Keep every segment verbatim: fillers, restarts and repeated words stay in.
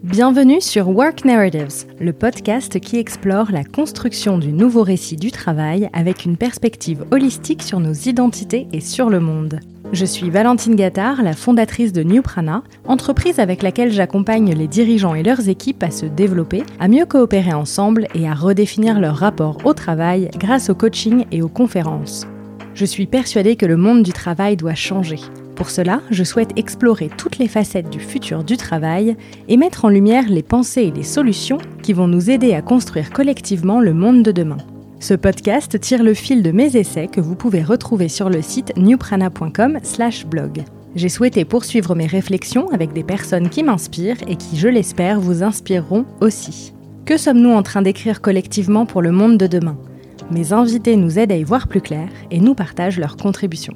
Bienvenue sur Work Narratives, le podcast qui explore la construction du nouveau récit du travail avec une perspective holistique sur nos identités et sur le monde. Je suis Valentine Gattard, la fondatrice de New Prana, entreprise avec laquelle j'accompagne les dirigeants et leurs équipes à se développer, à mieux coopérer ensemble et à redéfinir leur rapport au travail grâce au coaching et aux conférences. Je suis persuadée que le monde du travail doit changer. Pour cela, je souhaite explorer toutes les facettes du futur du travail et mettre en lumière les pensées et les solutions qui vont nous aider à construire collectivement le monde de demain. Ce podcast tire le fil de mes essais que vous pouvez retrouver sur le site newprana point com slash blog. J'ai souhaité poursuivre mes réflexions avec des personnes qui m'inspirent et qui, je l'espère, vous inspireront aussi. Que sommes-nous en train d'écrire collectivement pour le monde de demain ? Mes invités nous aident à y voir plus clair et nous partagent leurs contributions.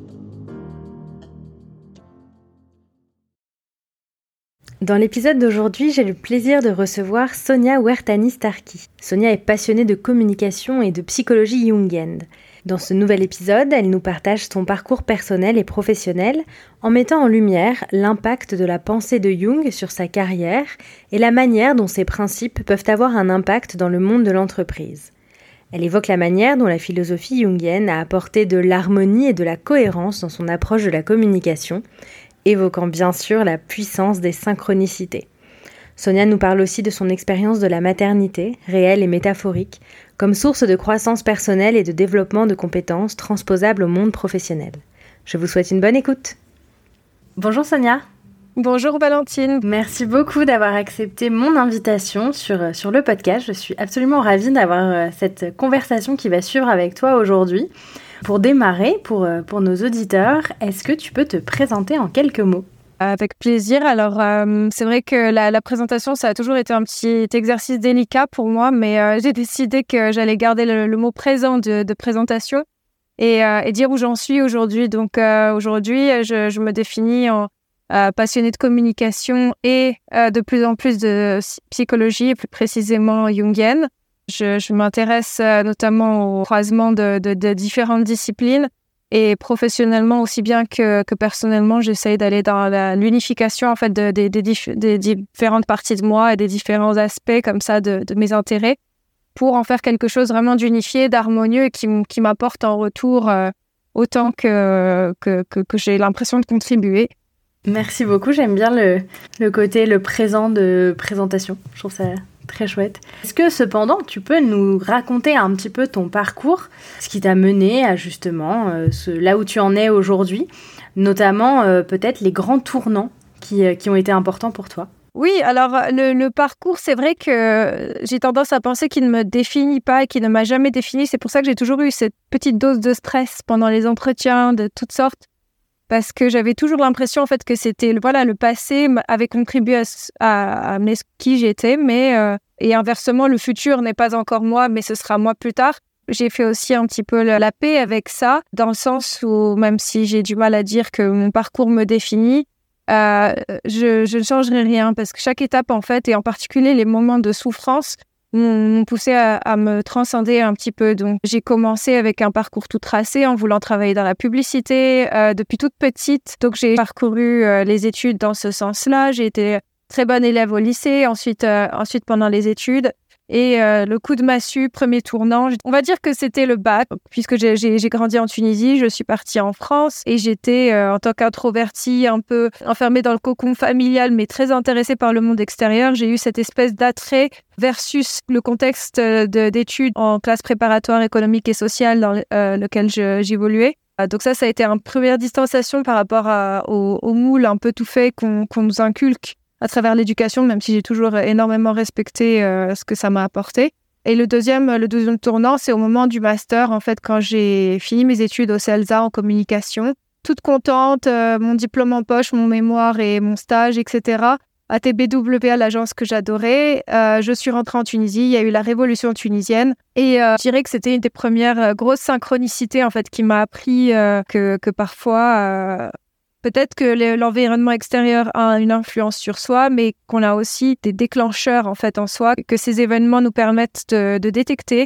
Dans l'épisode d'aujourd'hui, j'ai le plaisir de recevoir Sonia Huertani-Starkey. Sonia est passionnée de communication et de psychologie jungienne. Dans ce nouvel épisode, elle nous partage son parcours personnel et professionnel en mettant en lumière l'impact de la pensée de Jung sur sa carrière et la manière dont ces principes peuvent avoir un impact dans le monde de l'entreprise. Elle évoque la manière dont la philosophie jungienne a apporté de l'harmonie et de la cohérence dans son approche de la communication, évoquant bien sûr la puissance des synchronicités. Sonia nous parle aussi de son expérience de la maternité, réelle et métaphorique, comme source de croissance personnelle et de développement de compétences transposables au monde professionnel. Je vous souhaite une bonne écoute. Bonjour Sonia. Bonjour Valentine. Merci beaucoup d'avoir accepté mon invitation sur, sur le podcast. Je suis absolument ravie d'avoir cette conversation qui va suivre avec toi aujourd'hui. Pour démarrer, pour, pour nos auditeurs, est-ce que tu peux te présenter en quelques mots ? Avec plaisir. Alors, euh, c'est vrai que la, la présentation, ça a toujours été un petit exercice délicat pour moi, mais euh, j'ai décidé que j'allais garder le, le mot présent de, de présentation et, euh, et dire où j'en suis aujourd'hui. Donc, euh, aujourd'hui, je, je me définis en euh, passionnée de communication et euh, de plus en plus de psychologie, et plus précisément jungienne. Je, je m'intéresse euh, notamment au croisement de, de, de différentes disciplines et professionnellement aussi bien que, que personnellement, j'essaye d'aller dans la, l'unification en fait de, de, de, de, de différentes parties de moi et des différents aspects comme ça de, de mes intérêts pour en faire quelque chose vraiment d'unifié, d'harmonieux et qui, qui m'apporte en retour euh, autant que, que, que, que j'ai l'impression de contribuer. Merci beaucoup, j'aime bien le, le côté, le présent de présentation. Je trouve ça très chouette. Est-ce que cependant, tu peux nous raconter un petit peu ton parcours, ce qui t'a mené à justement euh, ce, là où tu en es aujourd'hui, notamment euh, peut-être les grands tournants qui, euh, qui ont été importants pour toi ? Oui, alors le, le parcours, c'est vrai que j'ai tendance à penser qu'il ne me définit pas et qu'il ne m'a jamais défini. C'est pour ça que j'ai toujours eu cette petite dose de stress pendant les entretiens de toutes sortes. Parce que j'avais toujours l'impression en fait que c'était voilà le passé avait contribué à, à, à amener qui j'étais, mais euh, et inversement le futur n'est pas encore moi, mais ce sera moi plus tard. J'ai fait aussi un petit peu la paix avec ça, dans le sens où même si j'ai du mal à dire que mon parcours me définit, euh, je, je ne changerai rien parce que chaque étape en fait, et en particulier les moments de souffrance, m'ont poussé à, à me transcender un petit peu. Donc, j'ai commencé avec un parcours tout tracé en voulant travailler dans la publicité euh, depuis toute petite. Donc, j'ai parcouru euh, les études dans ce sens-là. J'ai été très bonne élève au lycée, ensuite, euh, ensuite pendant les études. Et euh, le coup de massue, premier tournant, on va dire que c'était le bac. Puisque j'ai, j'ai, j'ai grandi en Tunisie, je suis partie en France et j'étais euh, en tant qu'introvertie, un peu enfermée dans le cocon familial, mais très intéressée par le monde extérieur. J'ai eu cette espèce d'attrait versus le contexte de, d'études en classe préparatoire économique et sociale dans euh, lequel je, j'évoluais. Donc ça, ça a été une première distanciation par rapport à, au, au moule un peu tout fait qu'on, qu'on nous inculque à travers l'éducation, même si j'ai toujours énormément respecté euh, ce que ça m'a apporté. Et le deuxième, le deuxième tournant, c'est au moment du master, en fait, quand j'ai fini mes études au CELSA en communication. Toute contente, euh, mon diplôme en poche, mon mémoire et mon stage, et cetera. À T B W, à l'agence que j'adorais. Euh, je suis rentrée en Tunisie, il y a eu la révolution tunisienne. Et euh, je dirais que c'était une des premières euh, grosses synchronicités, en fait, qui m'a appris euh, que, que parfois... Euh, Peut-être que l'environnement extérieur a une influence sur soi, mais qu'on a aussi des déclencheurs en fait en soi, que ces événements nous permettent de, de détecter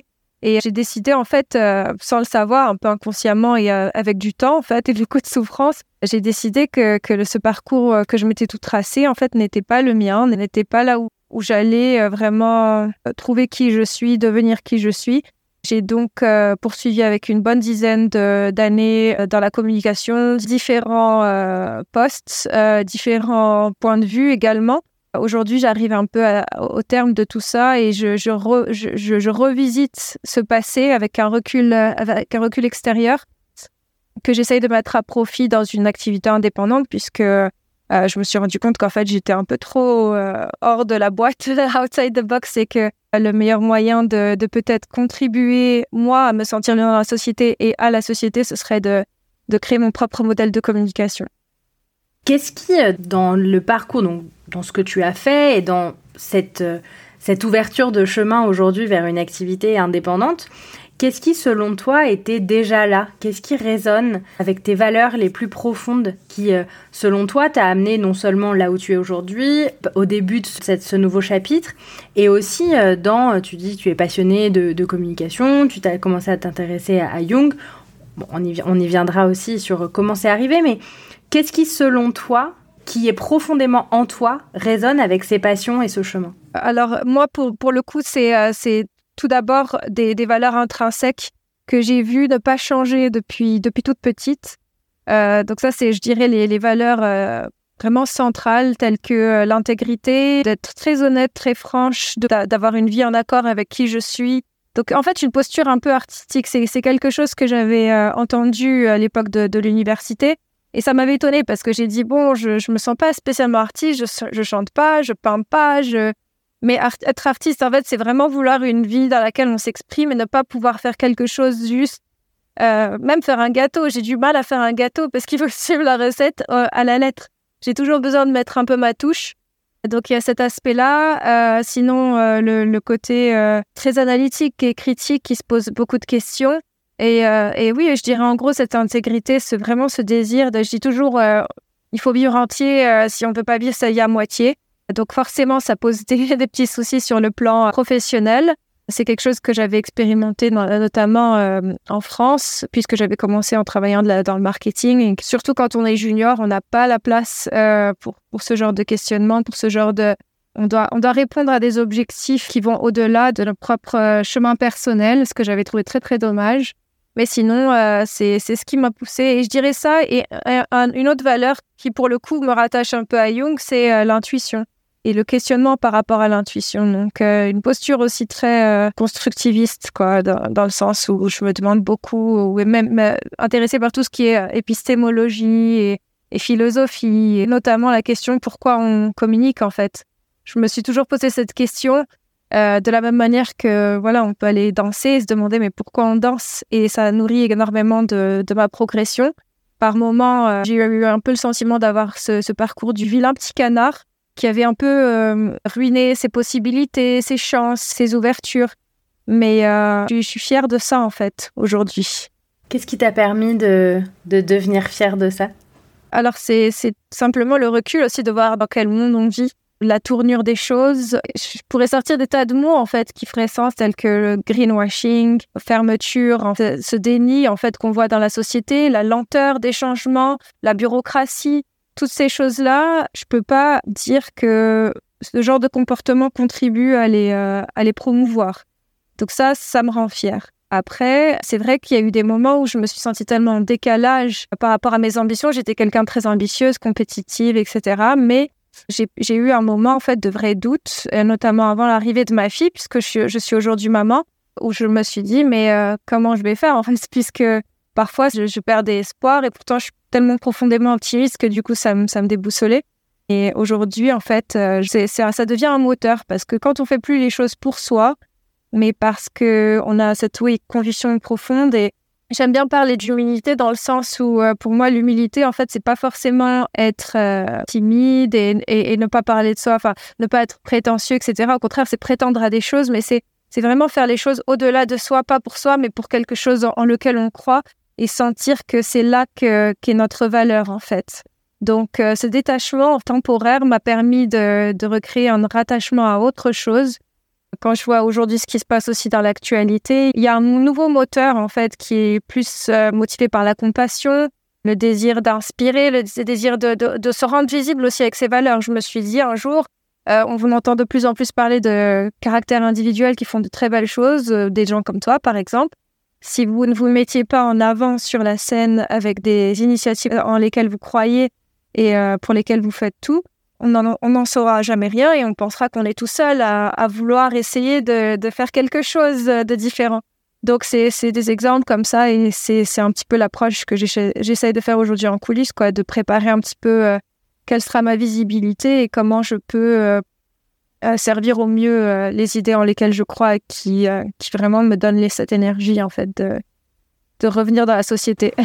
Et j'ai décidé, en fait, euh, sans le savoir, un peu inconsciemment et euh, avec du temps, en fait, et beaucoup de souffrance, j'ai décidé que, que le, ce parcours que je m'étais tout tracé, en fait, n'était pas le mien, n'était pas là où, où j'allais euh, vraiment trouver qui je suis, devenir qui je suis. J'ai donc euh, poursuivi avec une bonne dizaine de, d'années euh, dans la communication, différents euh, postes, euh, différents points de vue également. Aujourd'hui, j'arrive un peu à, au terme de tout ça et je, je, re, je, je, je revisite ce passé avec un recul, avec un recul extérieur que j'essaye de mettre à profit dans une activité indépendante puisque euh, je me suis rendu compte qu'en fait, j'étais un peu trop euh, hors de la boîte, outside the box, et que le meilleur moyen de, de peut-être contribuer, moi, à me sentir bien dans la société et à la société, ce serait de, de créer mon propre modèle de communication. Qu'est-ce qui, dans le parcours, donc dans ce que tu as fait et dans cette, cette ouverture de chemin aujourd'hui vers une activité indépendante, qu'est-ce qui, selon toi, était déjà là ? Qu'est-ce qui résonne avec tes valeurs les plus profondes qui, selon toi, t'a amené non seulement là où tu es aujourd'hui, au début de cette, ce nouveau chapitre, et aussi dans, tu dis, tu es passionné de, de communication, tu as commencé à t'intéresser à, à Jung. Bon, on y, on y viendra aussi sur comment c'est arrivé, mais qu'est-ce qui, selon toi, qui est profondément en toi, résonne avec ces passions et ce chemin ? Alors, moi, pour, pour le coup, c'est, euh, c'est tout d'abord des, des valeurs intrinsèques que j'ai vues ne pas changer depuis, depuis toute petite. Euh, donc ça, c'est, je dirais, les, les valeurs euh, vraiment centrales, telles que euh, l'intégrité, d'être très honnête, très franche, de, d'avoir une vie en accord avec qui je suis. Donc, en fait, une posture un peu artistique, c'est, c'est quelque chose que j'avais euh, entendu à l'époque de, de l'université. Et ça m'avait étonnée parce que j'ai dit, bon, je je me sens pas spécialement artiste, je, je chante pas, je peins pas, je... mais art- être artiste, en fait, c'est vraiment vouloir une vie dans laquelle on s'exprime et ne pas pouvoir faire quelque chose juste, euh, même faire un gâteau. J'ai du mal à faire un gâteau parce qu'il faut suivre la recette euh, à la lettre. J'ai toujours besoin de mettre un peu ma touche. Donc, il y a cet aspect-là. Euh, sinon, euh, le, le côté euh, très analytique et critique qui se pose beaucoup de questions. Et, euh, et oui, je dirais en gros cette intégrité, c'est vraiment ce désir de, je dis toujours, euh, il faut vivre entier, euh, si on ne peut pas vivre, ça y est à moitié. Donc forcément, ça pose des, des petits soucis sur le plan professionnel. C'est quelque chose que j'avais expérimenté dans, notamment euh, en France, puisque j'avais commencé en travaillant de la, dans le marketing. Et surtout quand on est junior, on n'a pas la place euh, pour, pour ce genre de questionnement, pour ce genre de... On doit, on doit répondre à des objectifs qui vont au-delà de notre propre euh, chemin personnel, ce que j'avais trouvé très, très dommage. Mais sinon, euh, c'est, c'est ce qui m'a poussée. Et je dirais ça. Et euh, une autre valeur qui, pour le coup, me rattache un peu à Jung, c'est euh, l'intuition et le questionnement par rapport à l'intuition. Donc, euh, une posture aussi très euh, constructiviste, quoi, dans, dans le sens où je me demande beaucoup, ou même euh, intéressée par tout ce qui est euh, épistémologie et, et philosophie, et notamment la question pourquoi on communique, en fait. Je me suis toujours posé cette question. Euh, de la même manière que, voilà, on peut aller danser et se demander mais pourquoi on danse, et ça nourrit énormément de, de ma progression. Par moments, euh, j'ai eu un peu le sentiment d'avoir ce, ce parcours du vilain petit canard qui avait un peu euh, ruiné ses possibilités, ses chances, ses ouvertures. Mais euh, je, je suis fière de ça, en fait, aujourd'hui. Qu'est-ce qui t'a permis de, de devenir fière de ça ? Alors, c'est, c'est simplement le recul aussi de voir dans quel monde on vit. La tournure des choses. Je pourrais sortir des tas de mots, en fait, qui feraient sens, tels que le greenwashing, fermeture, en fait, ce déni, en fait, qu'on voit dans la société, la lenteur des changements, la bureaucratie, toutes ces choses-là, je peux pas dire que ce genre de comportement contribue à les, euh, à les promouvoir. Donc ça, ça me rend fière. Après, c'est vrai qu'il y a eu des moments où je me suis sentie tellement en décalage par rapport à mes ambitions. J'étais quelqu'un de très ambitieuse, compétitive, et cetera. Mais J'ai, j'ai eu un moment en fait de vrai doute, notamment avant l'arrivée de ma fille, puisque je suis, je suis aujourd'hui maman, où je me suis dit mais euh, comment je vais faire en fait, puisque parfois je, je perds des espoirs et pourtant je suis tellement profondément optimiste que du coup ça me, ça me déboussolait. Et aujourd'hui en fait, euh, c'est, c'est, ça devient un moteur parce que quand on fait plus les choses pour soi, mais parce que on a cette oui, conviction profonde. Et j'aime bien parler d'humilité dans le sens où, euh, pour moi, l'humilité, en fait, c'est pas forcément être euh, timide et, et, et ne pas parler de soi, enfin, ne pas être prétentieux, et cetera. Au contraire, c'est prétendre à des choses, mais c'est, c'est vraiment faire les choses au-delà de soi, pas pour soi, mais pour quelque chose en, en lequel on croit et sentir que c'est là que, qu'est notre valeur, en fait. Donc, euh, ce détachement temporaire m'a permis de, de recréer un rattachement à autre chose. Quand je vois aujourd'hui ce qui se passe aussi dans l'actualité, il y a un nouveau moteur, en fait, qui est plus euh, motivé par la compassion, le désir d'inspirer, le désir de, de, de se rendre visible aussi avec ses valeurs. Je me suis dit un jour, euh, on entend de plus en plus parler de caractères individuels qui font de très belles choses, euh, des gens comme toi, par exemple. Si vous ne vous mettiez pas en avant sur la scène avec des initiatives en lesquelles vous croyez et euh, pour lesquelles vous faites tout, on n'en saura jamais rien et on pensera qu'on est tout seul à, à vouloir essayer de, de faire quelque chose de différent. Donc, c'est, c'est des exemples comme ça et c'est, c'est un petit peu l'approche que j'essaie, j'essaie de faire aujourd'hui en coulisses, quoi, de préparer un petit peu euh, quelle sera ma visibilité et comment je peux euh, euh, servir au mieux euh, les idées en lesquelles je crois et qui, euh, qui vraiment me donnent les, cette énergie, en fait, de, de revenir dans la société.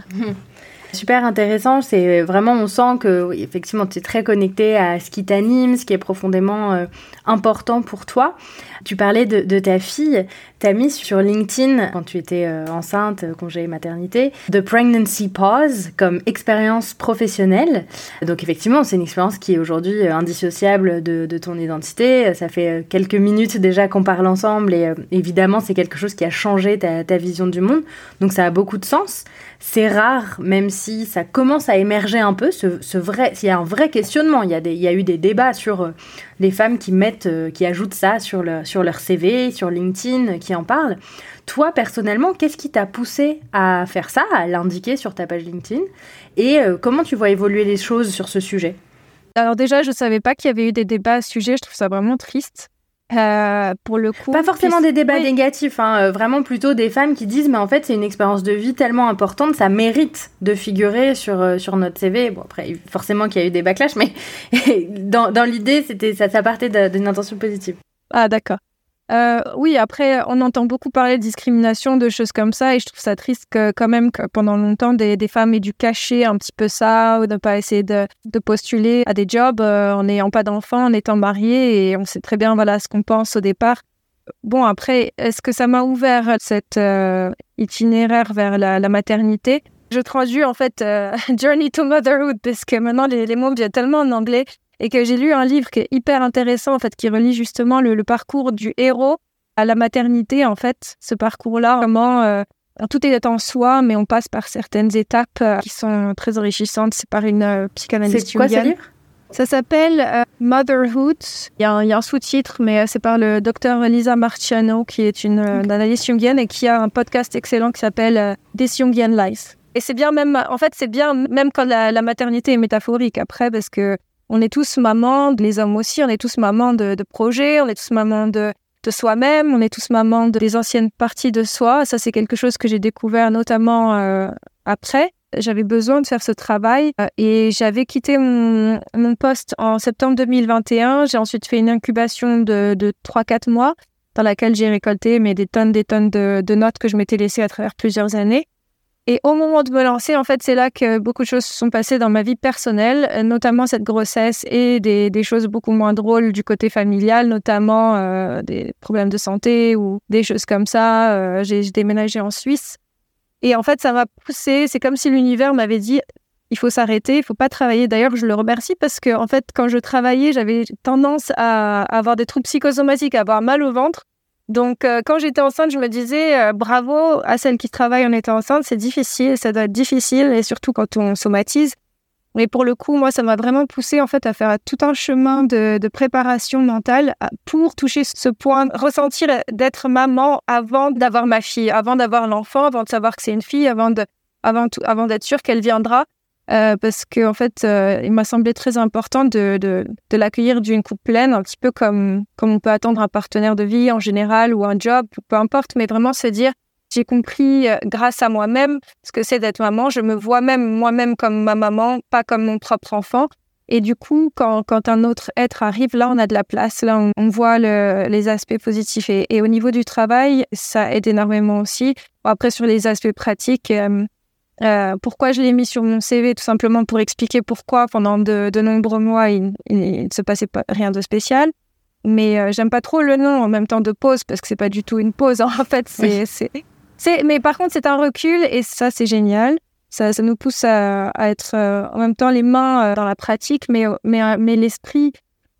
Super intéressant, c'est vraiment, on sent que oui, effectivement tu es très connecté à ce qui t'anime, ce qui est profondément euh, important pour toi. Tu parlais de, de ta fille, tu as mis sur LinkedIn, quand tu étais euh, enceinte, congé maternité, The Pregnancy Pause comme expérience professionnelle. Donc effectivement, c'est une expérience qui est aujourd'hui indissociable de, de ton identité. Ça fait quelques minutes déjà qu'on parle ensemble et euh, évidemment c'est quelque chose qui a changé ta, ta vision du monde. Donc ça a beaucoup de sens. C'est rare, même si ça commence à émerger un peu, ce, ce vrai, il y a un vrai questionnement. Il y a, des, il y a eu des débats sur euh, les femmes qui mettent, euh, qui ajoutent ça sur, le, sur leur C V, sur LinkedIn, qui en parlent. Toi, personnellement, qu'est-ce qui t'a poussé à faire ça, à l'indiquer sur ta page LinkedIn? Et euh, comment tu vois évoluer les choses sur ce sujet? Alors déjà, je ne savais pas qu'il y avait eu des débats à ce sujet. Je trouve ça vraiment triste. Euh, pour le coup, pas forcément puis... des débats oui. négatifs, hein, euh, vraiment plutôt des femmes qui disent mais en fait c'est une expérience de vie tellement importante, ça mérite de figurer sur, euh, sur notre C V. Bon après forcément qu'il y a eu des backlash, mais dans, dans l'idée c'était, ça, ça partait de, d'une intention positive. Ah d'accord. Euh, oui, après, on entend beaucoup parler de discrimination, de choses comme ça, et je trouve ça triste que quand même que pendant longtemps, des, des femmes aient dû cacher un petit peu ça, ou ne pas essayer de, de postuler à des jobs euh, en n'ayant pas d'enfants, en étant mariées, et on sait très bien voilà, ce qu'on pense au départ. Bon, après, est-ce que ça m'a ouvert cet euh, itinéraire vers la, la maternité? Je traduis en fait euh, Journey to Motherhood, parce que maintenant, les, les mots viennent tellement en anglais. Et que j'ai lu un livre qui est hyper intéressant, en fait, qui relie justement le, le parcours du héros à la maternité, en fait, ce parcours-là, comment euh, tout est en soi, mais on passe par certaines étapes euh, qui sont très enrichissantes. C'est par une euh, psychanalyste C'est quoi jungienne. ce livre? Ça s'appelle euh, Motherhood. Il y, a un, il y a un sous-titre, mais euh, c'est par le docteur Lisa Marciano, qui est une, euh, une analyste jungienne et qui a un podcast excellent qui s'appelle euh, This Jungian Life. Et c'est bien même, en fait, c'est bien même quand la, la maternité est métaphorique après, parce que on est tous mamans, les hommes aussi, on est tous mamans de, de projets, on est tous mamans de, de soi-même, on est tous mamans de, des anciennes parties de soi. Ça, c'est quelque chose que j'ai découvert notamment euh, après. J'avais besoin de faire ce travail euh, et j'avais quitté mon, mon poste en septembre deux mille vingt et un. J'ai ensuite fait une incubation de, de trois à quatre mois dans laquelle j'ai récolté mais, des tonnes des tonnes de, de notes que je m'étais laissées à travers plusieurs années. Et au moment de me lancer, en fait, c'est là que beaucoup de choses se sont passées dans ma vie personnelle, notamment cette grossesse et des, des choses beaucoup moins drôles du côté familial, notamment euh, des problèmes de santé ou des choses comme ça. Euh, j'ai, j'ai déménagé en Suisse. Et en fait, ça m'a poussée. C'est comme si l'univers m'avait dit « il faut s'arrêter, il faut pas travailler ». D'ailleurs, je le remercie parce que, en fait, quand je travaillais, j'avais tendance à avoir des troubles psychosomatiques, à avoir mal au ventre. Donc, euh, quand j'étais enceinte, je me disais euh, bravo à celles qui travaillent en étant enceinte. C'est difficile, ça doit être difficile, et surtout quand on somatise. Mais pour le coup, moi, ça m'a vraiment poussée en fait à faire tout un chemin de, de préparation mentale pour toucher ce point, ressentir d'être maman avant d'avoir ma fille, avant d'avoir l'enfant, avant de savoir que c'est une fille, avant de, avant tout, avant d'être sûre qu'elle viendra. Euh, parce que en fait, euh, il m'a semblé très important de, de, de l'accueillir d'une coupe pleine, un petit peu comme, comme on peut attendre un partenaire de vie en général ou un job, peu importe, mais vraiment se dire, j'ai compris euh, grâce à moi-même ce que c'est d'être maman, je me vois même moi-même comme ma maman, pas comme mon propre enfant. Et du coup, quand, quand un autre être arrive, là, on a de la place, là, on, on voit le, les aspects positifs. Et, et au niveau du travail, ça aide énormément aussi. Bon, après, sur les aspects pratiques, euh, Euh, pourquoi je l'ai mis sur mon C V? Tout simplement pour expliquer pourquoi pendant de, de nombreux mois il ne se passait pas rien de spécial. Mais euh, j'aime pas trop le nom en même temps de pause parce que c'est pas du tout une pause. En fait, c'est, oui. c'est, c'est, mais par contre c'est un recul et ça c'est génial. Ça, ça nous pousse à, à être euh, en même temps les mains euh, dans la pratique, mais mais mais l'esprit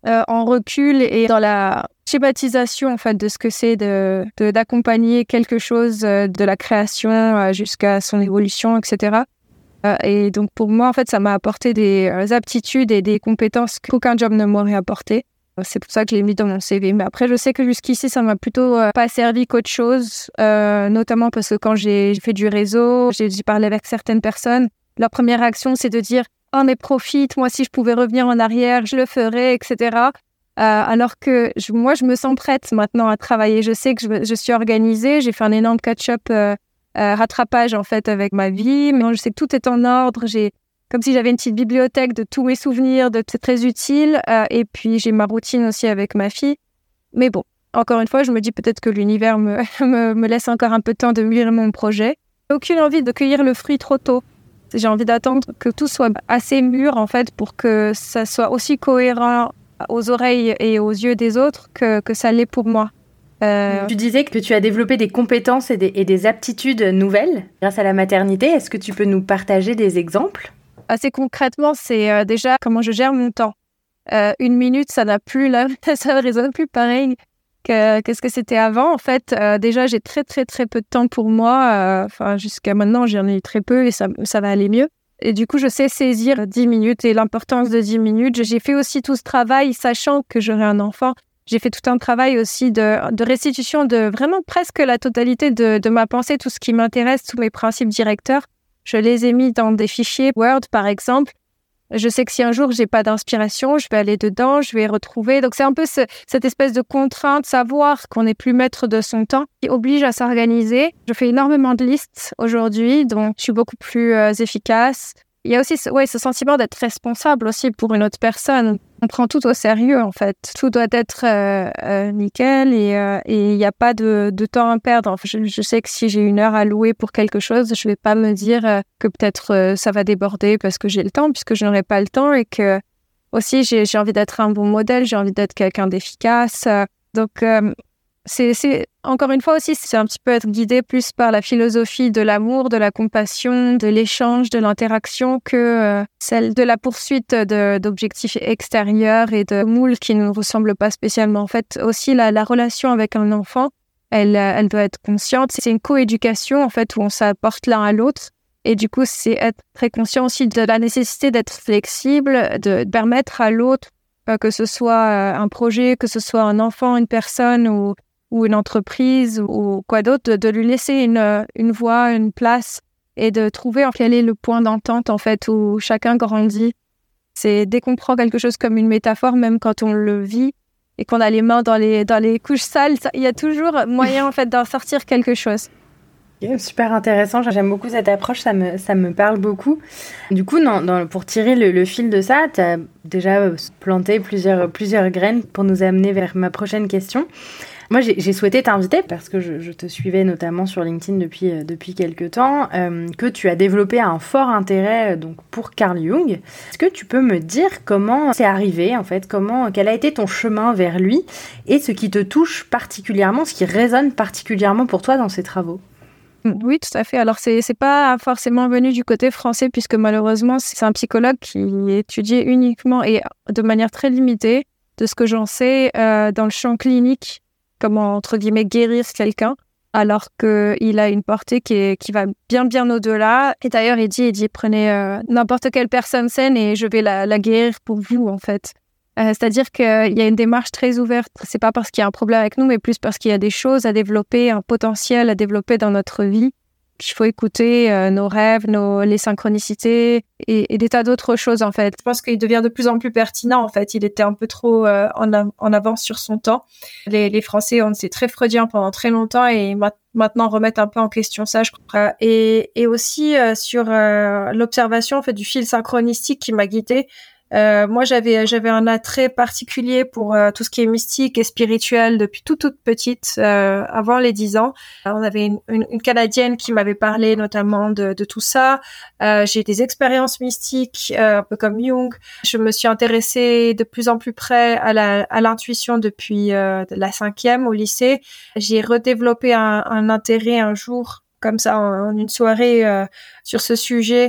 euh, en recul et dans la schématisation en fait de ce que c'est de, de d'accompagner quelque chose euh, de la création euh, jusqu'à son évolution, et cetera. Euh, et donc pour moi en fait ça m'a apporté des euh, aptitudes et des compétences qu'aucun job ne m'aurait apporté. C'est pour ça que je l'ai mis dans mon C V. Mais après je sais que jusqu'ici ça m'a plutôt euh, pas servi qu'autre chose, euh, notamment parce que quand j'ai fait du réseau, j'ai, j'ai parlé avec certaines personnes. Leur première réaction c'est de dire oh mais profite, moi si je pouvais revenir en arrière je le ferais, et cetera. Euh, alors que je, moi, je me sens prête maintenant à travailler. Je sais que je, je suis organisée. J'ai fait un énorme catch-up, euh, euh, rattrapage en fait avec ma vie. Mais je sais que tout est en ordre. J'ai comme si j'avais une petite bibliothèque de tous mes souvenirs. De, c'est très utile. Euh, et puis j'ai ma routine aussi avec ma fille. Mais bon, encore une fois, je me dis peut-être que l'univers me, me, me laisse encore un peu de temps de mûrir mon projet. J'ai aucune envie de cueillir le fruit trop tôt. J'ai envie d'attendre que tout soit assez mûr en fait pour que ça soit aussi cohérent aux oreilles et aux yeux des autres que, que ça l'est pour moi. Euh... Tu disais que tu as développé des compétences et des, et des aptitudes nouvelles grâce à la maternité. Est-ce que tu peux nous partager des exemples ? Assez concrètement, c'est euh, déjà comment je gère mon temps. Euh, une minute, ça n'a plus la... ça ne résonne plus pareil que, que ce que c'était avant. En fait, euh, déjà, j'ai très, très, très peu de temps pour moi. Enfin, euh, jusqu'à maintenant, j'en ai très peu et ça, ça va aller mieux. Et du coup, je sais saisir dix minutes et l'importance de dix minutes. J'ai fait aussi tout ce travail, sachant que j'aurai un enfant. J'ai fait tout un travail aussi de, de restitution de vraiment presque la totalité de, de ma pensée, tout ce qui m'intéresse, tous mes principes directeurs. Je les ai mis dans des fichiers Word, par exemple. Je sais que si un jour j'ai pas d'inspiration, je vais aller dedans, je vais retrouver. Donc c'est un peu ce, cette espèce de contrainte, savoir qu'on n'est plus maître de son temps, qui oblige à s'organiser. Je fais énormément de listes aujourd'hui, donc je suis beaucoup plus euh, efficace. Il y a aussi ce, ouais, ce sentiment d'être responsable aussi pour une autre personne. On prend tout au sérieux en fait. Tout doit être euh, euh, nickel et euh, et il n'y a pas de, de temps à perdre. Enfin, je, je sais que si j'ai une heure à louer pour quelque chose, je vais pas me dire euh, que peut-être euh, ça va déborder parce que j'ai le temps, puisque je n'aurai pas le temps et que aussi j'ai, j'ai envie d'être un bon modèle, j'ai envie d'être quelqu'un d'efficace. Donc euh, c'est, c'est encore une fois aussi, c'est un petit peu être guidé plus par la philosophie de l'amour, de la compassion, de l'échange, de l'interaction que euh, celle de la poursuite de, d'objectifs extérieurs et de moules qui ne nous ressemblent pas spécialement. En fait, aussi la, la relation avec un enfant, elle, elle doit être consciente. C'est une coéducation en fait où on s'apporte l'un à l'autre. Et du coup, c'est être très conscient aussi de la nécessité d'être flexible, de permettre à l'autre, euh, que ce soit un projet, que ce soit un enfant, une personne ou ou une entreprise ou quoi d'autre, de, de lui laisser une, une voie, une place et de trouver quel est le point d'entente en fait où chacun grandit. C'est dès qu'on prend quelque chose comme une métaphore, même quand on le vit et qu'on a les mains dans les, dans les couches sales, il y a toujours moyen en fait d'en sortir quelque chose. Okay, super intéressant, j'aime beaucoup cette approche, ça me, ça me parle beaucoup. Du coup, non, dans, pour tirer le, le fil de ça, tu as déjà planté plusieurs, plusieurs graines pour nous amener vers ma prochaine question. Moi, j'ai, j'ai souhaité t'inviter parce que je, je te suivais notamment sur LinkedIn depuis, euh, depuis quelques temps, euh, que tu as développé un fort intérêt euh, donc, pour Carl Jung. Est-ce que tu peux me dire comment c'est arrivé, en fait, comment, quel a été ton chemin vers lui et ce qui te touche particulièrement, ce qui résonne particulièrement pour toi dans ses travaux ? Oui, tout à fait. Alors, c'est, c'est pas forcément venu du côté français puisque malheureusement, c'est un psychologue qui étudiait uniquement et de manière très limitée, de ce que j'en sais, euh, dans le champ clinique, comment, entre guillemets, guérir quelqu'un, alors qu'il a une portée qui, est, qui va bien, bien au-delà. Et d'ailleurs, il dit, il dit prenez euh, n'importe quelle personne saine et je vais la, la guérir pour vous, en fait. Euh, c'est-à-dire qu'il y a une démarche très ouverte. C'est pas parce qu'il y a un problème avec nous, mais plus parce qu'il y a des choses à développer, un potentiel à développer dans notre vie. Qu'il faut écouter euh, nos rêves, nos, les synchronicités et, et des tas d'autres choses, en fait. Je pense qu'il devient de plus en plus pertinent, en fait. Il était un peu trop euh, en, a, en avance sur son temps. Les, les Français, on s'est très freudiens pendant très longtemps et ma- maintenant remettent un peu en question ça, je crois. Et, et aussi euh, sur euh, l'observation, en fait, du fil synchronistique qui m'a guidée. Euh, moi, j'avais j'avais un attrait particulier pour euh, tout ce qui est mystique et spirituel depuis toute toute petite, euh, avant les dix ans. Alors, on avait une, une, une Canadienne qui m'avait parlé notamment de, de tout ça. Euh, j'ai des expériences mystiques, euh, un peu comme Jung. Je me suis intéressée de plus en plus près à la à l'intuition depuis euh, la cinquième au lycée. J'ai redéveloppé un, un intérêt un jour comme ça en, en une soirée euh, sur ce sujet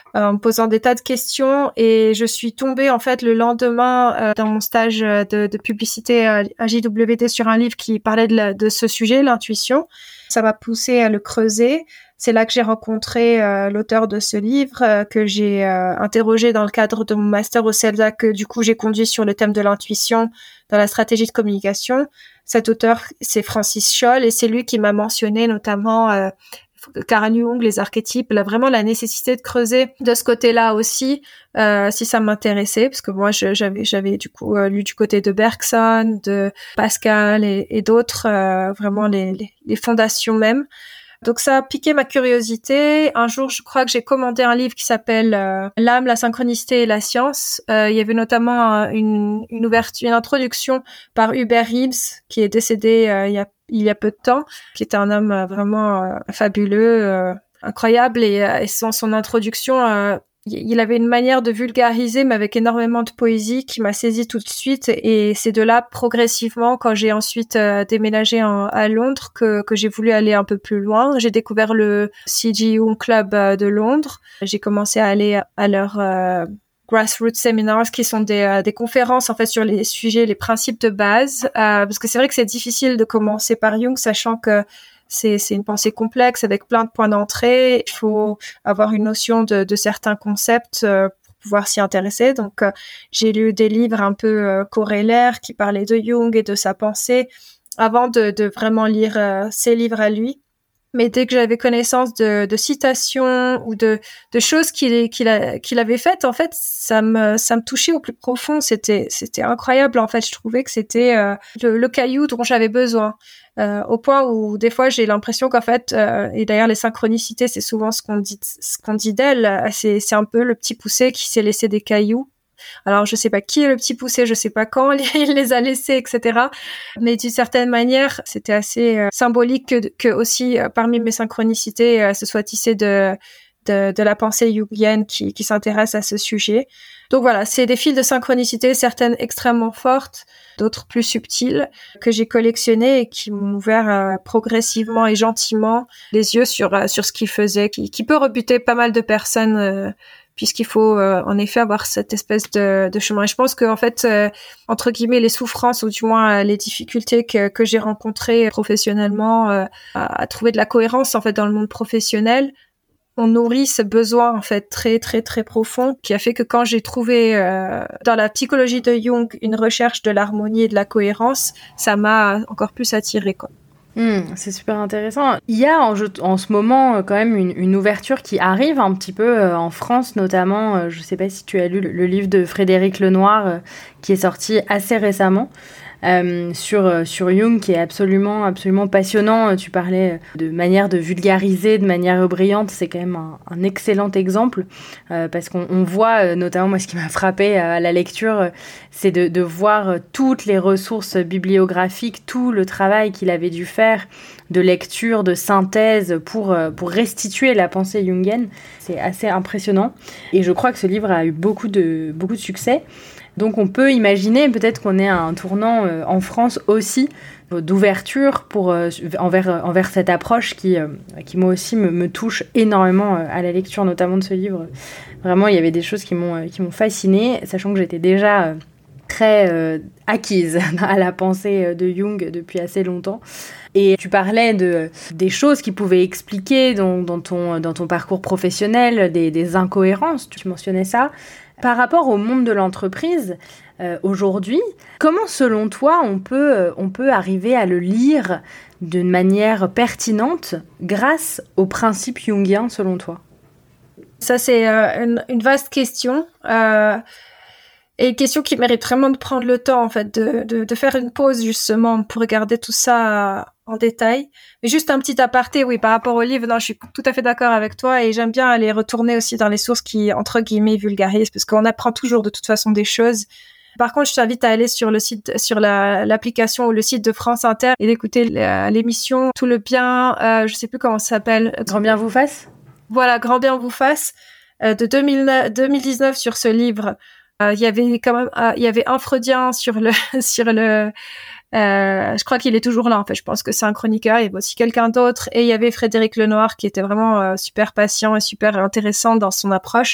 en me posant des tas de questions, et je suis tombée en fait le lendemain euh, dans mon stage de, de publicité à J W D sur un livre qui parlait de, la, de ce sujet, l'intuition. Ça m'a poussée à le creuser. C'est là que j'ai rencontré euh, l'auteur de ce livre, euh, que j'ai euh, interrogé dans le cadre de mon master au CELSA, que du coup j'ai conduit sur le thème de l'intuition dans la stratégie de communication. Cet auteur, c'est Francis Scholl, et c'est lui qui m'a mentionné notamment euh, Carl Jung, les archétypes, là, vraiment la nécessité de creuser de ce côté-là aussi, euh, si ça m'intéressait, parce que moi je, j'avais j'avais du coup euh, lu du côté de Bergson, de Pascal et, et d'autres, euh, vraiment les, les, les fondations même. Donc ça a piqué ma curiosité. Un jour, je crois que j'ai commandé un livre qui s'appelle euh, L'âme, la synchronicité et la science. Euh, il y avait notamment euh, une, une ouverture, une introduction par Hubert Reeves, qui est décédé euh, il y a il y a peu de temps, qui était un homme euh, vraiment euh, fabuleux, euh, incroyable, et, euh, et sans son introduction, euh, il avait une manière de vulgariser, mais avec énormément de poésie, qui m'a saisie tout de suite. Et c'est de là, progressivement, quand j'ai ensuite euh, déménagé en, à Londres, que, que j'ai voulu aller un peu plus loin. J'ai découvert le C G Jung Club euh, de Londres. J'ai commencé à aller à leur euh, grassroots seminars, qui sont des, euh, des conférences en fait sur les sujets, les principes de base. Euh, parce que c'est vrai que c'est difficile de commencer par Jung, sachant que C'est, c'est une pensée complexe avec plein de points d'entrée. Il faut avoir une notion de, de certains concepts euh, pour pouvoir s'y intéresser. Donc, euh, j'ai lu des livres un peu euh, corrélaires qui parlaient de Jung et de sa pensée avant de, de vraiment lire euh, ses livres à lui. Mais dès que j'avais connaissance de, de citations ou de, de choses qu'il, qu'il, a, qu'il avait faites, en fait, ça me, ça me touchait au plus profond. C'était, c'était incroyable. En fait, je trouvais que c'était euh, le, le caillou dont j'avais besoin. Euh, au point où des fois j'ai l'impression qu'en fait, euh, et d'ailleurs les synchronicités, c'est souvent ce qu'on dit, ce qu'on dit d'elle, c'est, c'est un peu le petit poussé qui s'est laissé des cailloux. Alors je sais pas qui est le petit poussé, je sais pas quand il les a laissés, et cetera. Mais d'une certaine manière, c'était assez euh, symbolique que, que aussi euh, parmi mes synchronicités, euh, ce soit tissé de de, de la pensée jungienne qui, qui s'intéresse à ce sujet. Donc voilà, c'est des fils de synchronicité, certaines extrêmement fortes, d'autres plus subtiles, que j'ai collectionnés et qui m'ont ouvert euh, progressivement et gentiment les yeux sur euh, sur ce qu'ils faisaient, qui, qui peut rebuter pas mal de personnes, euh, puisqu'il faut euh, en effet avoir cette espèce de, de chemin. Et je pense que en fait, euh, entre guillemets, les souffrances ou du moins euh, les difficultés que, que j'ai rencontrées professionnellement euh, à, à trouver de la cohérence en fait dans le monde professionnel, on nourrit ce besoin en fait très très très profond qui a fait que quand j'ai trouvé euh, dans la psychologie de Jung une recherche de l'harmonie et de la cohérence, ça m'a encore plus attirée, quoi. Mmh, c'est super intéressant. Il y a en, en ce moment quand même une, une ouverture qui arrive un petit peu euh, en France notamment. Euh, je ne sais pas si tu as lu le, le livre de Frédéric Lenoir euh, qui est sorti assez récemment. Euh, sur, euh, sur Jung, qui est absolument, absolument passionnant. Tu parlais de manière de vulgariser de manière brillante, c'est quand même un, un excellent exemple, euh, parce qu'on on voit, euh, notamment moi ce qui m'a frappé à, à la lecture, euh, c'est de, de voir toutes les ressources bibliographiques, tout le travail qu'il avait dû faire de lecture, de synthèse pour, euh, pour restituer la pensée jungienne. C'est assez impressionnant. Et je crois que ce livre a eu beaucoup de, beaucoup de succès. Donc on peut imaginer peut-être qu'on est à un tournant euh, en France aussi euh, d'ouverture pour, euh, envers, envers cette approche qui, euh, qui moi aussi me, me touche énormément euh, à la lecture notamment de ce livre. Vraiment, il y avait des choses qui m'ont, euh, qui m'ont fascinée, sachant que j'étais déjà euh, très euh, acquise à la pensée de Jung depuis assez longtemps. Et tu parlais de, des choses qui pouvaient expliquer dans, dans, ton, dans ton parcours professionnel, des, des incohérences, tu mentionnais ça. Par rapport au monde de l'entreprise, euh, aujourd'hui, comment selon toi on peut, euh, on peut arriver à le lire d'une manière pertinente grâce aux principes jungiens selon toi ? Ça c'est euh, une, une vaste question. Euh... Et une question qui mérite vraiment de prendre le temps, en fait, de, de, de faire une pause, justement, pour regarder tout ça en détail. Mais juste un petit aparté, oui, par rapport au livre, non, je suis tout à fait d'accord avec toi et j'aime bien aller retourner aussi dans les sources qui, entre guillemets, vulgarisent, parce qu'on apprend toujours de toute façon des choses. Par contre, je t'invite à aller sur le site, sur la, l'application ou le site de France Inter et d'écouter l'émission Tout le bien, euh, je sais plus comment ça s'appelle. Grand bien vous fasse? Voilà, Grand bien vous fasse, euh, de deux mille dix-neuf sur ce livre. Il euh, y avait quand même, il euh, y avait un freudien sur le sur le Euh, je crois qu'il est toujours là, en fait. Je pense que c'est un chroniqueur. Il y avait aussi quelqu'un d'autre. Et il y avait Frédéric Lenoir qui était vraiment euh, super patient et super intéressant dans son approche.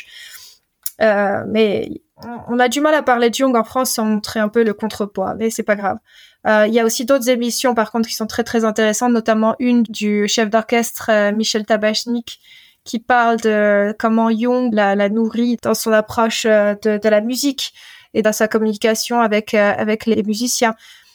Euh, mais on a du mal à parler de Jung en France sans montrer un peu le contrepoids, mais c'est pas grave. Euh, il y a aussi d'autres émissions, par contre, qui sont très, très intéressantes, notamment une du chef d'orchestre euh, Michel Tabachnik, qui parle de comment Jung la, la nourrit dans son approche euh, de, de la musique et dans sa communication avec, euh, avec les musiciens.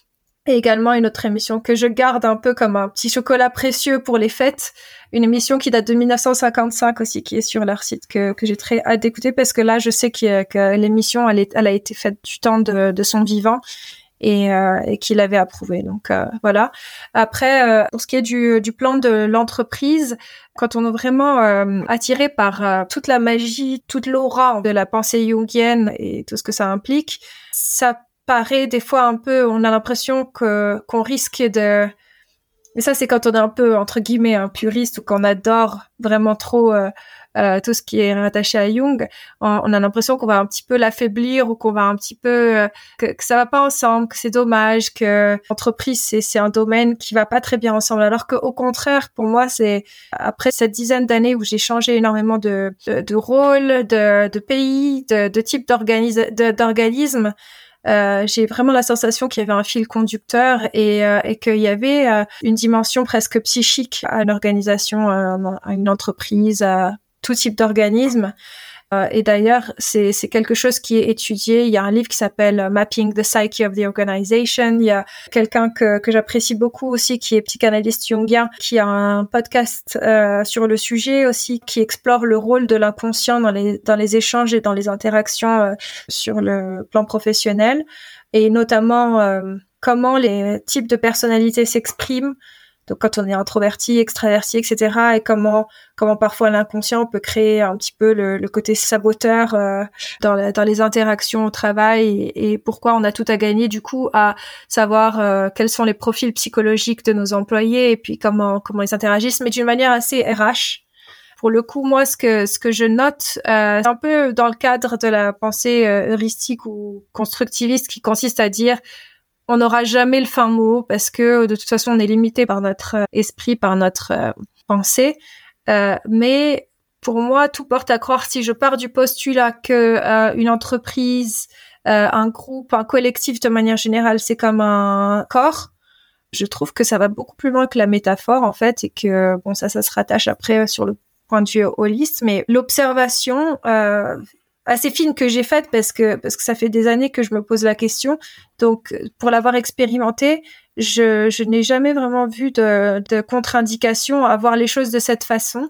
Et également une autre émission que je garde un peu comme un petit chocolat précieux pour les fêtes, une émission qui date de dix-neuf cent cinquante-cinq aussi, qui est sur leur site, que, que j'ai très hâte d'écouter parce que là, je sais que, que l'émission, elle, est, elle a été faite du temps de, de son vivant et, euh, et qu'il avait approuvé. Donc euh, voilà. Après, euh, pour ce qui est du, du plan de l'entreprise, quand on est vraiment euh, attiré par euh, toute la magie, toute l'aura de la pensée jungienne et tout ce que ça implique, ça paraît des fois un peu, on a l'impression que qu'on risque de, mais ça c'est quand on est un peu entre guillemets un puriste ou qu'on adore vraiment trop euh, euh, tout ce qui est rattaché à Jung, on, on a l'impression qu'on va un petit peu l'affaiblir ou qu'on va un petit peu euh, que, que ça va pas ensemble, que c'est dommage, que l'entreprise c'est c'est un domaine qui va pas très bien ensemble, alors que au contraire pour moi c'est après cette dizaine d'années où j'ai changé énormément de de, de rôle, de de pays, de de type d'organisme de, d'organisme. Euh, j'ai vraiment la sensation qu'il y avait un fil conducteur et, euh, et qu'il y avait euh, une dimension presque psychique à l'organisation, à, à une entreprise, à tout type d'organisme. Euh, et d'ailleurs, c'est, c'est quelque chose qui est étudié. Il y a un livre qui s'appelle Mapping the Psyche of the Organization. Il y a quelqu'un que, que j'apprécie beaucoup aussi, qui est psychanalyste jungien, qui a un podcast euh, sur le sujet aussi, qui explore le rôle de l'inconscient dans les, dans les échanges et dans les interactions euh, sur le plan professionnel, et notamment euh, comment les types de personnalités s'expriment. Donc, quand on est introverti, extraverti, et cetera, et comment comment parfois l'inconscient peut créer un petit peu le, le côté saboteur euh, dans, la, dans les interactions au travail, et, et pourquoi on a tout à gagner du coup à savoir euh, quels sont les profils psychologiques de nos employés et puis comment comment ils interagissent, mais d'une manière assez R H. Pour le coup, moi, ce que ce que je note, euh, c'est un peu dans le cadre de la pensée euh, heuristique ou constructiviste, qui consiste à dire on n'aura jamais le fin mot parce que de toute façon on est limité par notre esprit, par notre euh, pensée. Euh, mais pour moi, tout porte à croire, si je pars du postulat que euh, une entreprise, euh, un groupe, un collectif de manière générale, c'est comme un corps, je trouve que ça va beaucoup plus loin que la métaphore en fait, et que bon ça, ça se rattache après sur le point de vue holiste, mais l'observation euh, assez fine que j'ai faite parce que parce que ça fait des années que je me pose la question. Donc pour l'avoir expérimenté, je je n'ai jamais vraiment vu de de contre-indication à voir les choses de cette façon.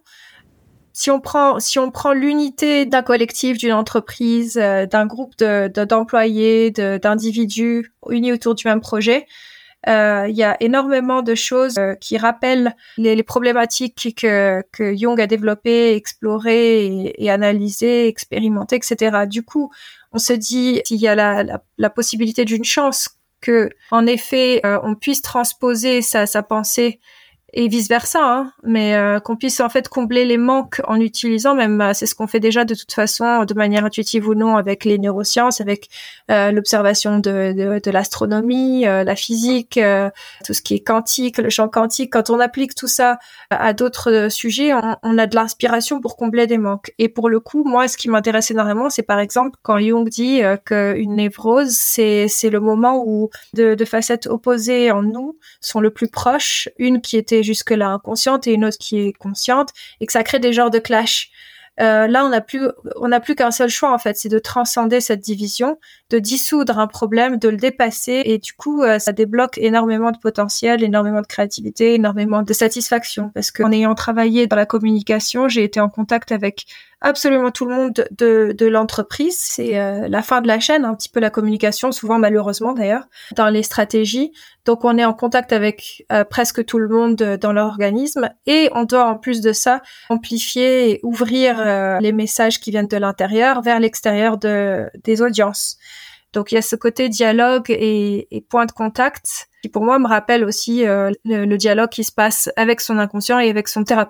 Si on prend si on prend l'unité d'un collectif, d'une entreprise, euh, d'un groupe de, de d'employés, de d'individus unis autour du même projet, Euh, il y a énormément de choses euh, qui rappellent les, les problématiques que, que Jung a développées, explorées et, et analysées, expérimentées, et cetera. Du coup, on se dit s'il y a la, la, la possibilité d'une chance que, en effet, euh, on puisse transposer sa, sa pensée et vice versa, hein, mais euh, qu'on puisse en fait combler les manques en utilisant, même euh, c'est ce qu'on fait déjà de toute façon, de manière intuitive ou non, avec les neurosciences, avec euh, l'observation de, de, de l'astronomie, euh, la physique, euh, tout ce qui est quantique, le champ quantique. Quand on applique tout ça à d'autres sujets, on, on a de l'inspiration pour combler des manques. Et pour le coup, moi, ce qui m'intéresse énormément, c'est par exemple quand Jung dit euh, qu'une névrose, c'est c'est le moment où deux de facettes opposées en nous sont le plus proches, une qui était jusque-là inconsciente et une autre qui est consciente, et que ça crée des genres de clash. Euh, là, on n'a plus, on n'a plus qu'un seul choix en fait, c'est de transcender cette division, de dissoudre un problème, de le dépasser, et du coup, euh, ça débloque énormément de potentiel, énormément de créativité, énormément de satisfaction. Parce qu'en ayant travaillé dans la communication, j'ai été en contact avec absolument tout le monde de, de l'entreprise. C'est euh, la fin de la chaîne, un petit peu la communication, souvent malheureusement d'ailleurs, dans les stratégies. Donc on est en contact avec euh, presque tout le monde de, dans l'organisme, et on doit en plus de ça amplifier et ouvrir euh, les messages qui viennent de l'intérieur vers l'extérieur de, des audiences. Donc il y a ce côté dialogue et, et point de contact qui pour moi me rappelle aussi euh, le, le dialogue qui se passe avec son inconscient et avec son thérapeute.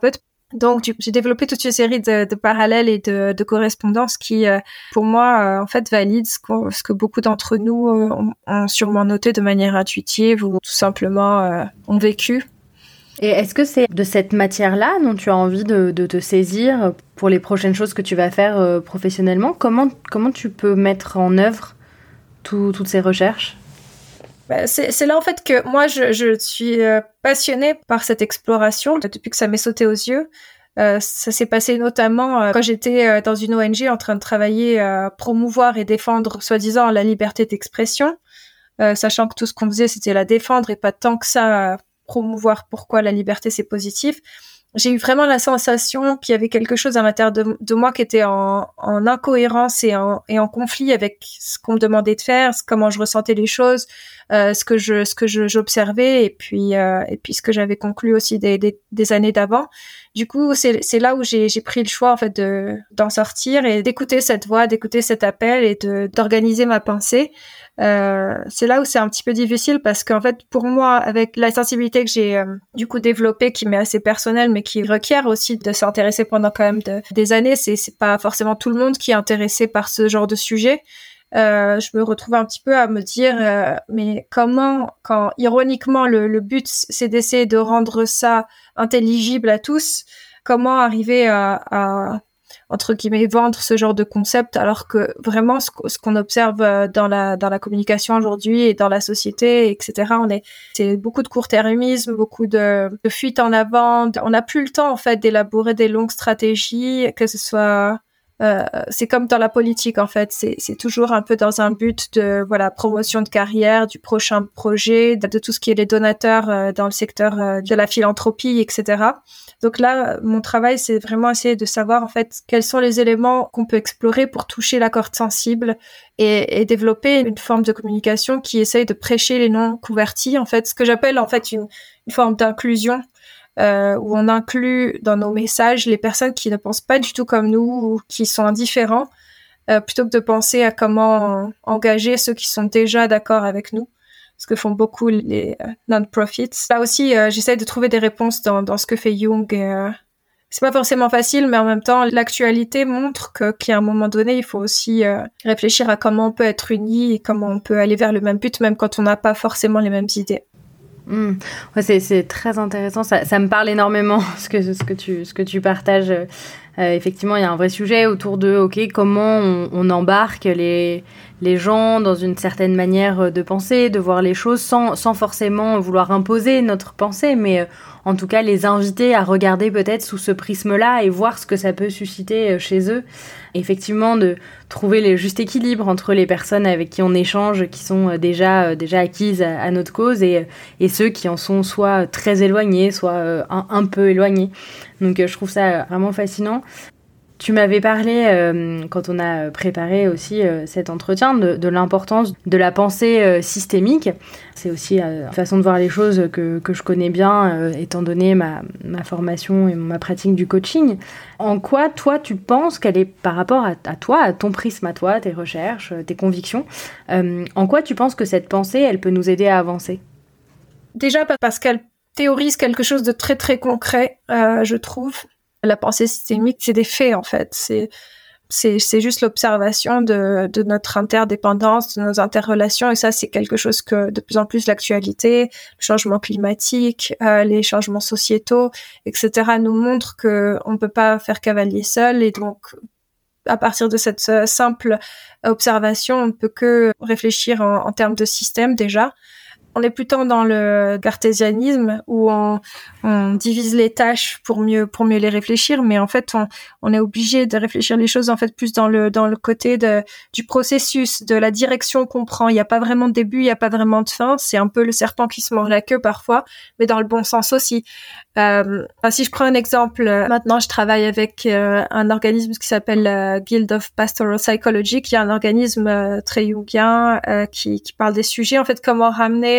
Donc, du, j'ai développé toute une série de, de parallèles et de, de correspondances qui, euh, pour moi, euh, en fait, valident ce, ce que beaucoup d'entre nous euh, ont, ont sûrement noté de manière intuitive ou tout simplement euh, ont vécu. Et est-ce que c'est de cette matière-là dont tu as envie de, de te saisir pour les prochaines choses que tu vas faire euh, professionnellement ? Comment, comment tu peux mettre en œuvre tout, toutes ces recherches ? C'est, c'est là en fait que moi je, je suis euh, passionnée par cette exploration depuis que ça m'est sauté aux yeux. Euh, ça s'est passé notamment euh, quand j'étais euh, dans une O N G en train de travailler à promouvoir et défendre soi-disant la liberté d'expression, euh, sachant que tout ce qu'on faisait c'était la défendre et pas tant que ça promouvoir pourquoi la liberté c'est positif. J'ai eu vraiment la sensation qu'il y avait quelque chose à l'intérieur de, de moi qui était en, en incohérence et en, et en conflit avec ce qu'on me demandait de faire, comment je ressentais les choses, euh, ce que je, ce que je, j'observais et puis, euh, et puis ce que j'avais conclu aussi des, des, des années d'avant. Du coup, c'est, c'est là où j'ai, j'ai pris le choix en fait de, d'en sortir et d'écouter cette voix, d'écouter cet appel et de, d'organiser ma pensée. Euh, c'est là où c'est un petit peu difficile parce qu'en fait, pour moi, avec la sensibilité que j'ai euh, du coup développée, qui m'est assez personnelle, mais qui requiert aussi de s'intéresser pendant quand même de, des années, c'est, c'est pas forcément tout le monde qui est intéressé par ce genre de sujet. Euh, je me retrouve un petit peu à me dire, euh, mais comment, quand ironiquement le, le but c'est d'essayer de rendre ça intelligible à tous, comment arriver à, à entre guillemets vendre ce genre de concept alors que vraiment ce, ce qu'on observe dans la dans la communication aujourd'hui et dans la société, et cetera, on est c'est beaucoup de court-termisme, beaucoup de, de fuite en avant, on n'a plus le temps en fait d'élaborer des longues stratégies, que ce soit Euh, c'est comme dans la politique en fait, c'est, c'est toujours un peu dans un but de voilà promotion de carrière, du prochain projet, de, de tout ce qui est les donateurs euh, dans le secteur euh, de la philanthropie, et cetera. Donc là, mon travail, c'est vraiment essayer de savoir en fait quels sont les éléments qu'on peut explorer pour toucher la corde sensible et, et développer une forme de communication qui essaye de prêcher les non convertis, en fait, ce que j'appelle en fait une, une forme d'inclusion. Euh, où on inclut dans nos messages les personnes qui ne pensent pas du tout comme nous ou qui sont indifférents, euh, plutôt que de penser à comment engager ceux qui sont déjà d'accord avec nous, ce que font beaucoup les euh, non-profits. Là aussi, euh, j'essaie de trouver des réponses dans, dans ce que fait Jung. Et, euh, c'est pas forcément facile, mais en même temps, l'actualité montre que, qu'à un moment donné, il faut aussi euh, réfléchir à comment on peut être unis et comment on peut aller vers le même but, même quand on n'a pas forcément les mêmes idées. Mmh. Ouais, c'est, c'est très intéressant, ça, ça me parle énormément ce que, ce que, tu, ce que tu partages. Euh, effectivement, il y a un vrai sujet autour de ok, comment on, on embarque les, les gens dans une certaine manière de penser, de voir les choses sans, sans forcément vouloir imposer notre pensée, mais euh, en tout cas les inviter à regarder peut-être sous ce prisme-là et voir ce que ça peut susciter chez eux. Effectivement, de trouver le juste équilibre entre les personnes avec qui on échange, qui sont déjà, déjà acquises à, à notre cause, et, et ceux qui en sont soit très éloignés, soit un, un peu éloignés. Donc je trouve ça vraiment fascinant. Tu m'avais parlé, euh, quand on a préparé aussi euh, cet entretien, de, de l'importance de la pensée euh, systémique. C'est aussi euh, une façon de voir les choses que, que je connais bien, euh, étant donné ma, ma formation et ma pratique du coaching. En quoi, toi, tu penses qu'elle est, par rapport à, à toi, à ton prisme à toi, tes recherches, tes convictions, euh, en quoi tu penses que cette pensée, elle peut nous aider à avancer ? Déjà parce qu'elle théorise quelque chose de très très concret, euh, je trouve. La pensée systémique, c'est des faits, en fait. C'est, c'est, c'est juste l'observation de, de notre interdépendance, de nos interrelations. Et ça, c'est quelque chose que, de plus en plus, l'actualité, le changement climatique, euh, les changements sociétaux, et cetera, nous montrent que on ne peut pas faire cavalier seul. Et donc, à partir de cette simple observation, on ne peut que réfléchir en, en termes de système, déjà. On est plutôt dans le cartésianisme où on, on divise les tâches pour mieux pour mieux les réfléchir, mais en fait on, on est obligé de réfléchir les choses en fait plus dans le dans le côté de du processus, de la direction qu'on prend. Il y a pas vraiment de début, il y a pas vraiment de fin. C'est un peu le serpent qui se mord la queue parfois, mais dans le bon sens aussi. Euh, enfin, si je prends un exemple, maintenant je travaille avec euh, un organisme qui s'appelle euh, Guild of Pastoral Psychology, qui est un organisme euh, très jungien euh, qui qui parle des sujets en fait comment ramener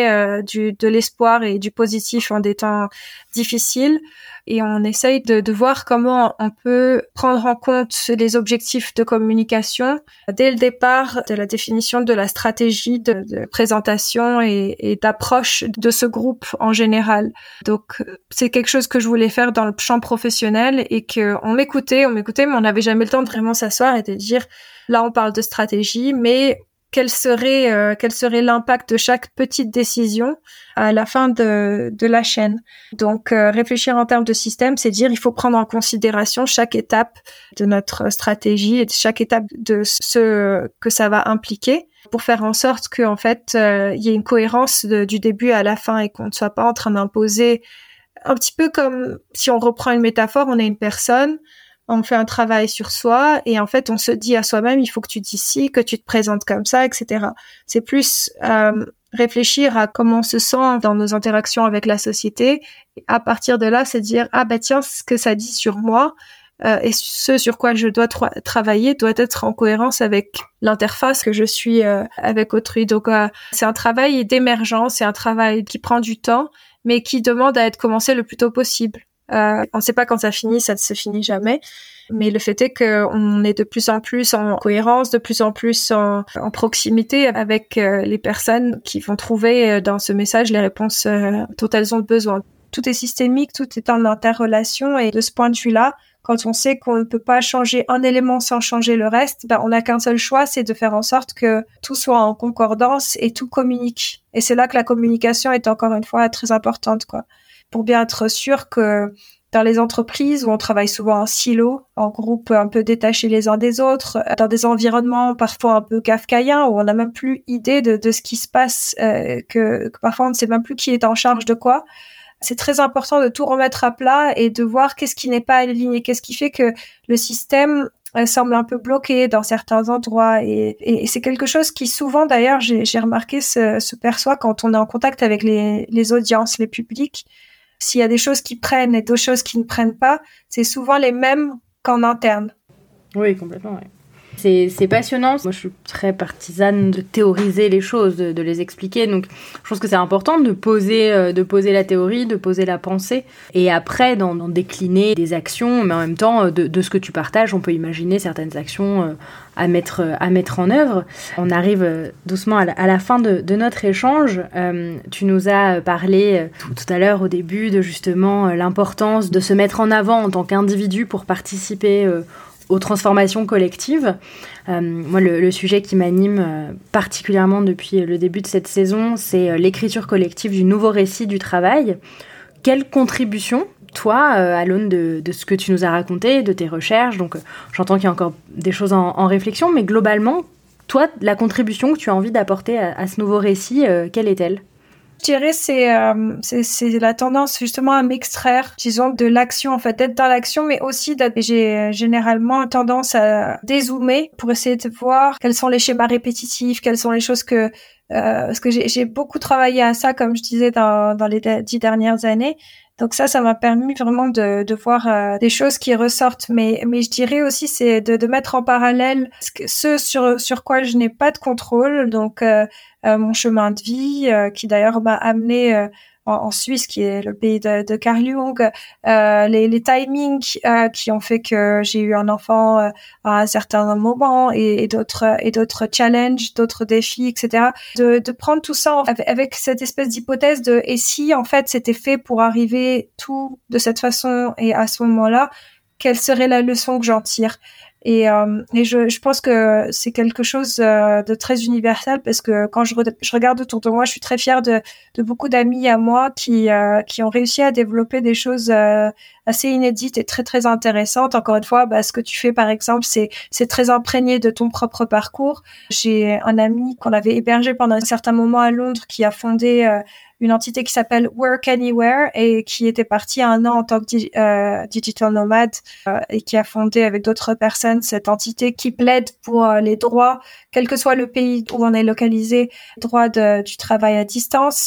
donner euh, du, de l'espoir et du positif en des temps difficiles. Et on essaye de, de voir comment on peut prendre en compte les objectifs de communication dès le départ de la définition de la stratégie de, de présentation et, et d'approche de ce groupe en général. Donc, c'est quelque chose que je voulais faire dans le champ professionnel et que on m'écoutait, on m'écoutait, mais on n'avait jamais le temps de vraiment s'asseoir et de dire, là, on parle de stratégie, mais quel serait euh, quel serait l'impact de chaque petite décision à la fin de de la chaîne. Donc euh, réfléchir en termes de système, c'est dire il faut prendre en considération chaque étape de notre stratégie et chaque étape de ce que ça va impliquer pour faire en sorte que en fait euh, il y ait une cohérence de, du début à la fin et qu'on ne soit pas en train d'imposer un petit peu comme si on reprend une métaphore, on est une personne, on fait un travail sur soi et en fait on se dit à soi-même il faut que tu dises ci, que tu te présentes comme ça, et cetera. C'est plus euh, réfléchir à comment on se sent dans nos interactions avec la société et à partir de là c'est dire ah ben tiens ce que ça dit sur moi euh, et ce sur quoi je dois tra- travailler doit être en cohérence avec l'interface que je suis euh, avec autrui. Donc euh, c'est un travail d'émergence, c'est un travail qui prend du temps mais qui demande à être commencé le plus tôt possible. Euh, on ne sait pas quand ça finit, ça ne se finit jamais. Mais le fait est qu'on est de plus en plus en cohérence, de plus en plus en, en proximité avec euh, les personnes qui vont trouver dans ce message les réponses euh, dont elles ont besoin. Tout est systémique, tout est en interrelation et de ce point de vue-là, quand on sait qu'on ne peut pas changer un élément sans changer le reste, ben on n'a qu'un seul choix, c'est de faire en sorte que tout soit en concordance et tout communique. Et c'est là que la communication est encore une fois très importante, quoi. Pour bien être sûr que dans les entreprises où on travaille souvent en silo, en groupe un peu détachés les uns des autres, dans des environnements parfois un peu kafkaïens où on n'a même plus idée de, de ce qui se passe, euh, que, que parfois on ne sait même plus qui est en charge de quoi. C'est très important de tout remettre à plat et de voir qu'est-ce qui n'est pas aligné, qu'est-ce qui fait que le système euh, semble un peu bloqué dans certains endroits. Et, et, et c'est quelque chose qui souvent, d'ailleurs, j'ai, j'ai remarqué, se, se perçoit quand on est en contact avec les, les audiences, les publics. S'il y a des choses qui prennent et d'autres choses qui ne prennent pas, c'est souvent les mêmes qu'en interne. Oui, complètement, oui. C'est, c'est passionnant. Moi, je suis très partisane de théoriser les choses, de, de les expliquer. Donc, je pense que c'est important de poser, euh, de poser la théorie, de poser la pensée. Et après, d'en, d'en décliner des actions. Mais en même temps, de, de ce que tu partages, on peut imaginer certaines actions euh, à, mettre, euh, à mettre en œuvre. On arrive euh, doucement à la, à la fin de, de notre échange. Euh, tu nous as parlé euh, tout, tout à l'heure, au début, de justement euh, l'importance de se mettre en avant en tant qu'individu pour participer euh, aux transformations collectives. Euh, moi, le, le sujet qui m'anime euh, particulièrement depuis le début de cette saison, c'est euh, l'écriture collective du nouveau récit du travail. Quelle contribution, toi, euh, à l'aune de, de ce que tu nous as raconté, de tes recherches, donc euh, j'entends qu'il y a encore des choses en, en réflexion, mais globalement, toi, la contribution que tu as envie d'apporter à, à ce nouveau récit, euh, quelle est-elle ? Je dirais c'est euh, c'est c'est la tendance justement à m'extraire, disons, de l'action, en fait, d'être dans l'action, mais aussi d'être, j'ai généralement tendance à dézoomer pour essayer de voir quels sont les schémas répétitifs, quelles sont les choses que euh, parce que j'ai j'ai beaucoup travaillé à ça, comme je disais, dans dans les dix dernières années. Donc ça, ça m'a permis vraiment de, de voir euh, des choses qui ressortent. Mais, mais je dirais aussi, c'est de, de mettre en parallèle ce, ce sur, sur quoi je n'ai pas de contrôle. Donc, euh, euh, mon chemin de vie, euh, qui d'ailleurs m'a amené euh, en, en Suisse, qui est le pays de, de Carl Jung, euh, les, les timings euh, qui ont fait que j'ai eu un enfant euh, à un certain moment et, et d'autres et d'autres challenges, d'autres défis, et cetera. De, de prendre tout ça avec, avec cette espèce d'hypothèse de et si en fait c'était fait pour arriver tout de cette façon et à ce moment-là, quelle serait la leçon que j'en tire? Et, euh, et je, je pense que c'est quelque chose euh, de très universel parce que quand je, re- je regarde autour de moi, je suis très fière de, de beaucoup d'amis à moi qui, euh, qui ont réussi à développer des choses euh, assez inédites et très très intéressantes. Encore une fois, bah, ce que tu fais par exemple, c'est, c'est très imprégné de ton propre parcours. J'ai un ami qu'on avait hébergé pendant un certain moment à Londres qui a fondé euh, une entité qui s'appelle Work Anywhere et qui était partie un an en tant que di- euh, digital nomade euh, et qui a fondé avec d'autres personnes cette entité qui plaide pour euh, les droits, quel que soit le pays où on est localisé, droit de, du travail à distance,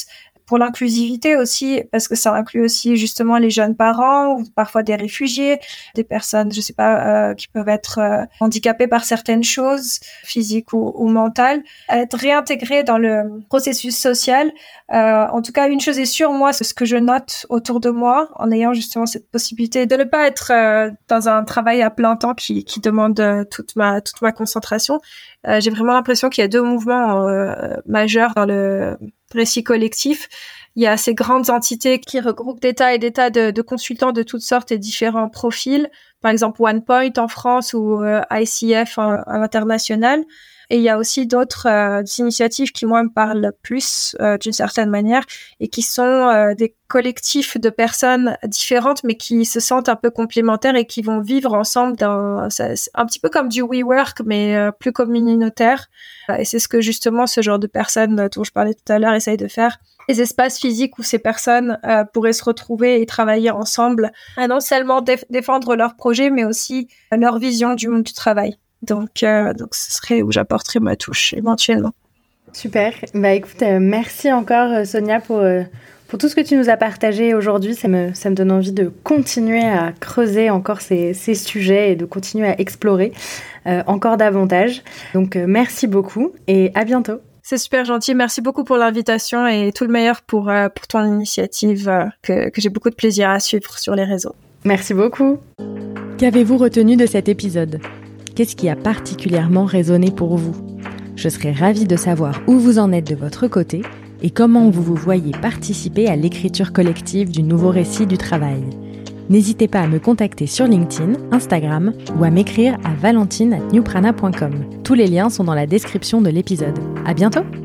pour l'inclusivité aussi, parce que ça inclut aussi justement les jeunes parents ou parfois des réfugiés, des personnes, je sais pas, euh, qui peuvent être euh, handicapées par certaines choses, physiques ou, ou mentales, être réintégrées dans le processus social. Euh, en tout cas, une chose est sûre, moi, c'est ce que je note autour de moi, en ayant justement cette possibilité de ne pas être euh, dans un travail à plein temps qui, qui demande euh, toute ma toute ma concentration. Euh, j'ai vraiment l'impression qu'il y a deux mouvements euh, majeurs dans le récit collectif. Il y a ces grandes entités qui regroupent des tas et des tas de, de consultants de toutes sortes et différents profils. Par exemple, OnePoint en France ou euh, I C F en, à l'international. Et il y a aussi d'autres euh, initiatives qui, moi, me parlent plus euh, d'une certaine manière et qui sont euh, des collectifs de personnes différentes mais qui se sentent un peu complémentaires et qui vont vivre ensemble dans c'est un petit peu comme du WeWork mais euh, plus communautaire. Et c'est ce que justement ce genre de personnes dont je parlais tout à l'heure essayent de faire. Les espaces physiques où ces personnes euh, pourraient se retrouver et travailler ensemble à non seulement déf- défendre leurs projets mais aussi leur vision du monde du travail. Donc, euh, donc, ce serait où j'apporterais ma touche éventuellement. Super. Bah écoute, euh, merci encore Sonia pour euh, pour tout ce que tu nous as partagé aujourd'hui. Ça me ça me donne envie de continuer à creuser encore ces ces sujets et de continuer à explorer euh, encore davantage. Donc euh, merci beaucoup et à bientôt. C'est super gentil. Merci beaucoup pour l'invitation et tout le meilleur pour euh, pour ton initiative euh, que que j'ai beaucoup de plaisir à suivre sur les réseaux. Merci beaucoup. Qu'avez-vous retenu de cet épisode ? Qu'est-ce qui a particulièrement résonné pour vous ? Je serais ravie de savoir où vous en êtes de votre côté et comment vous vous voyez participer à l'écriture collective du nouveau récit du travail. N'hésitez pas à me contacter sur LinkedIn, Instagram ou à m'écrire à valentine arobase newprana point com. Tous les liens sont dans la description de l'épisode. À bientôt!